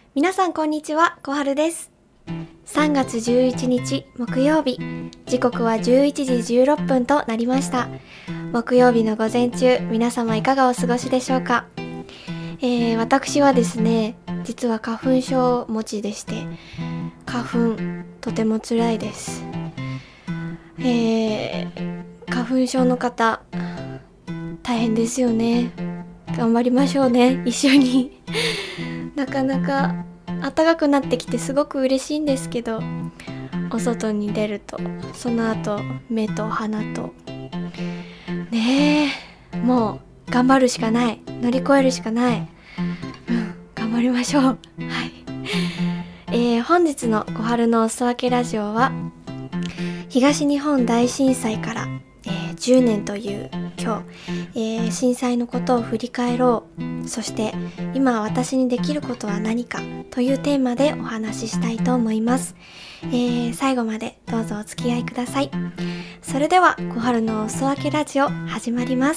皆さんこんにちは、小春です。3月11日木曜日、時刻は11時16分となりました。木曜日の午前中、皆様いかがお過ごしでしょうか。私はですね、実は花粉症持ちでして、花粉とても辛いです。花粉症の方、大変ですよね。頑張りましょうね、一緒に。なかなか暖かくなってきてすごく嬉しいんですけど、お外に出るとその後目と鼻とねえ、もう頑張るしかない、乗り越えるしかない。頑張りましょう。はい。本日の小春のおすわけラジオは、東日本大震災から、10年という今日、震災のことを振り返ろう、そして今私にできることは何かというテーマでお話ししたいと思います。最後までどうぞお付き合いください。それでは小春のおすわけラジオ始まります。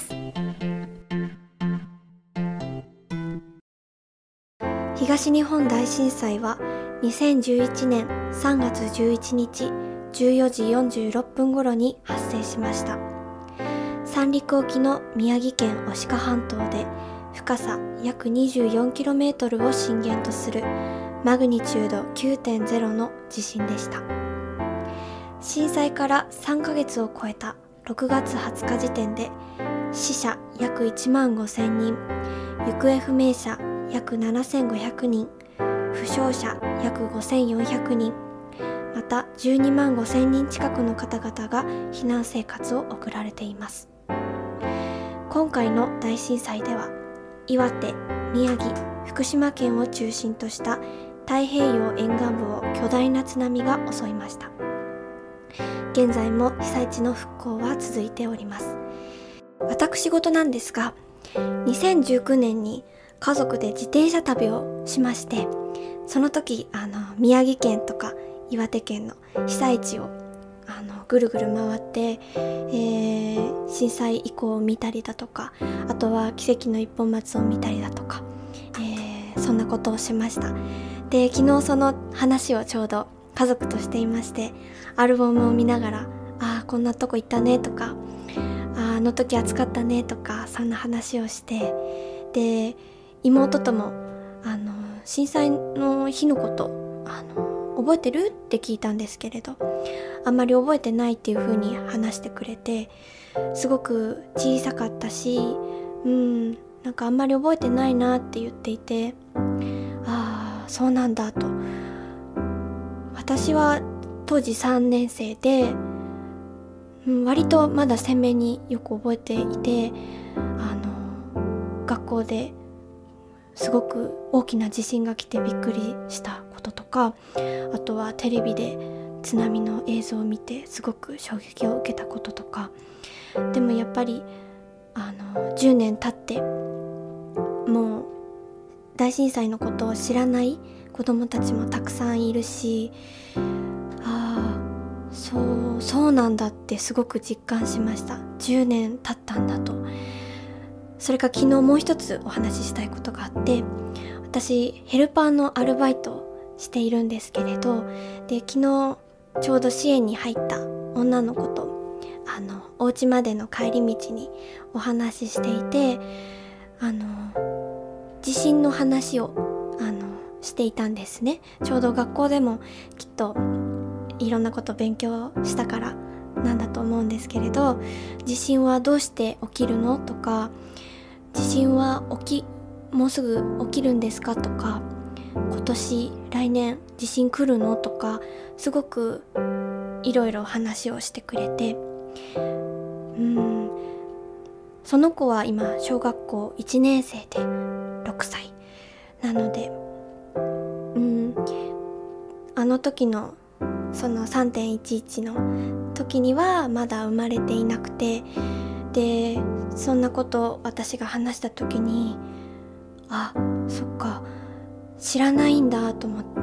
東日本大震災は2011年3月11日14時46分頃に発生しました。三陸沖の宮城県牡鹿半島で深さ約 24km を震源とするマグニチュード 9.0 の地震でした。震災から3ヶ月を超えた6月20日時点で死者約1万5000人、行方不明者約7500人、負傷者約5400人、また12万5000人近くの方々が避難生活を送られています。今回の大震災では岩手、宮城、福島県を中心とした太平洋沿岸部を巨大な津波が襲いました。現在も被災地の復興は続いております。私事なんですが、2019年に家族で自転車旅をしまして、その時宮城県とか岩手県の被災地をぐるぐる回って、震災遺構を見たりだとか、あとは奇跡の一本松を見たりだとか、そんなことをしました。で、昨日その話をちょうど家族としていまして、アルバムを見ながら、こんなとこ行ったねとか、あの時暑かったねとか、そんな話をして、で、妹とも震災の日のこと覚えてるって聞いたんですけれど、あんまり覚えてないっていう風に話してくれて、すごく小さかったし、なんかあんまり覚えてないなって言っていて、そうなんだと。私は当時3年生で、割とまだ鮮明によく覚えていて、学校ですごく大きな地震が来てびっくりしたこととか、あとはテレビで津波の映像を見てすごく衝撃を受けたこととか。でもやっぱり10年経ってもう大震災のことを知らない子どもたちもたくさんいるし、そうなんだってすごく実感しました。10年経ったんだと。それから昨日もう一つお話ししたいことがあって、私ヘルパーのアルバイトをしているんですけれど、で、昨日ちょうど支援に入った女の子とお家までの帰り道にお話ししていて、地震の話をしていたんですね。ちょうど学校でもきっといろんなこと勉強したからなんだと思うんですけれど、地震はどうして起きるのとか、地震はもうすぐ起きるんですかとか、来年地震来るのとか、すごくいろいろ話をしてくれて、その子は今小学校1年生で6歳なので、あの時のその 3.11 の時にはまだ生まれていなくて、で、そんなことを私が話した時に、そっか、知らないんだと思って、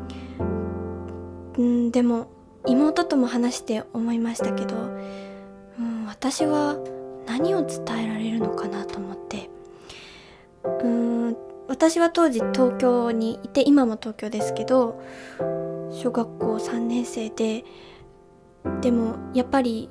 でも妹とも話して思いましたけど、私は何を伝えられるのかなと思って、 私は当時東京にいて、今も東京ですけど、小学校3年生で、でもやっぱり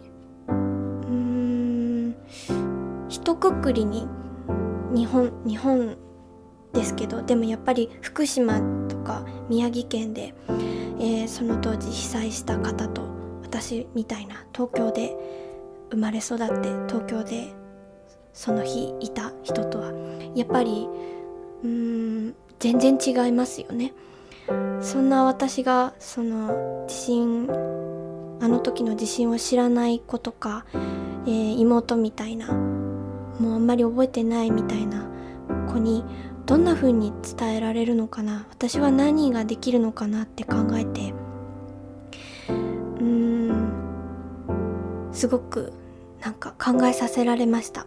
一括りに日本ですけど、でもやっぱり福島とか宮城県で、その当時被災した方と、私みたいな東京で生まれ育って東京でその日いた人とはやっぱり全然違いますよね。そんな私がそのあの時の地震を知らない子とか、妹みたいな、もうあんまり覚えてないみたいな子にどんな風に伝えられるのかな、私は何ができるのかなって考えて、すごくなんか考えさせられました。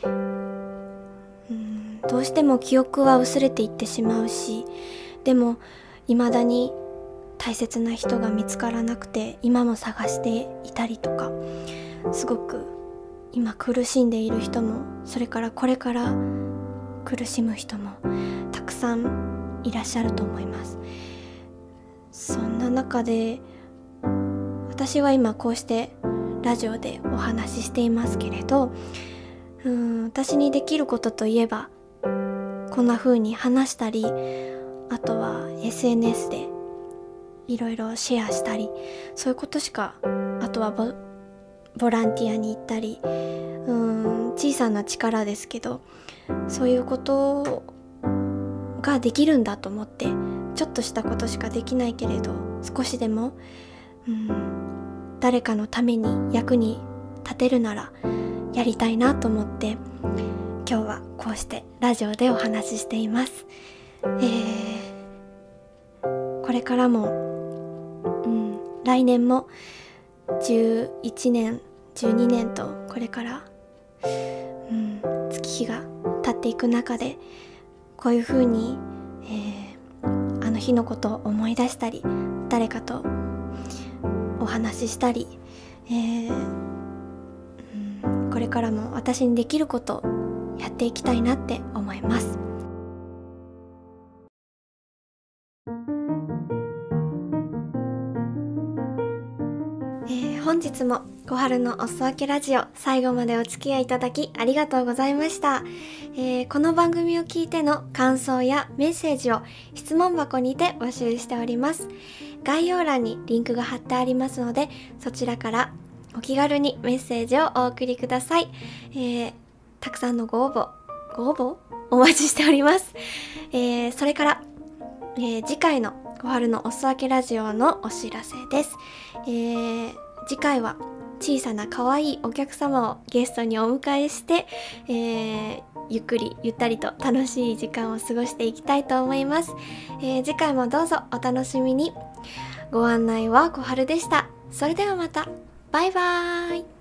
どうしても記憶は薄れていってしまうし、でも未だに大切な人が見つからなくて今も探していたりとか、すごく今苦しんでいる人も、それからこれから苦しむ人もたくさんいらっしゃると思います。そんな中で私は今こうしてラジオでお話ししていますけれど、私にできることといえばこんな風に話したり、あとは SNS でいろいろシェアしたり、そういうことしか、あとはボランティアに行ったり、小さな力ですけど、そういうことができるんだと思って、ちょっとしたことしかできないけれど、少しでも誰かのために役に立てるならやりたいなと思って、今日はこうしてラジオでお話ししています。これからも、来年も11年12年とこれから、月日が経っていく中で、こういうふうに、あの日のことを思い出したり、誰かとお話ししたり、これからも私にできることをやっていきたいなって思います。本日も小春のおすわけラジオ、最後までお付き合いいただきありがとうございました。この番組を聞いての感想やメッセージを質問箱にて募集しております。概要欄にリンクが貼ってありますので、そちらからお気軽にメッセージをお送りください。たくさんのご応募お待ちしております。それから、次回の小春のおすわけラジオのお知らせです。次回は小さな可愛いお客様をゲストにお迎えして、ゆっくりゆったりと楽しい時間を過ごしていきたいと思います。次回もどうぞお楽しみに。ご案内は小春でした。それではまた。バイバーイ。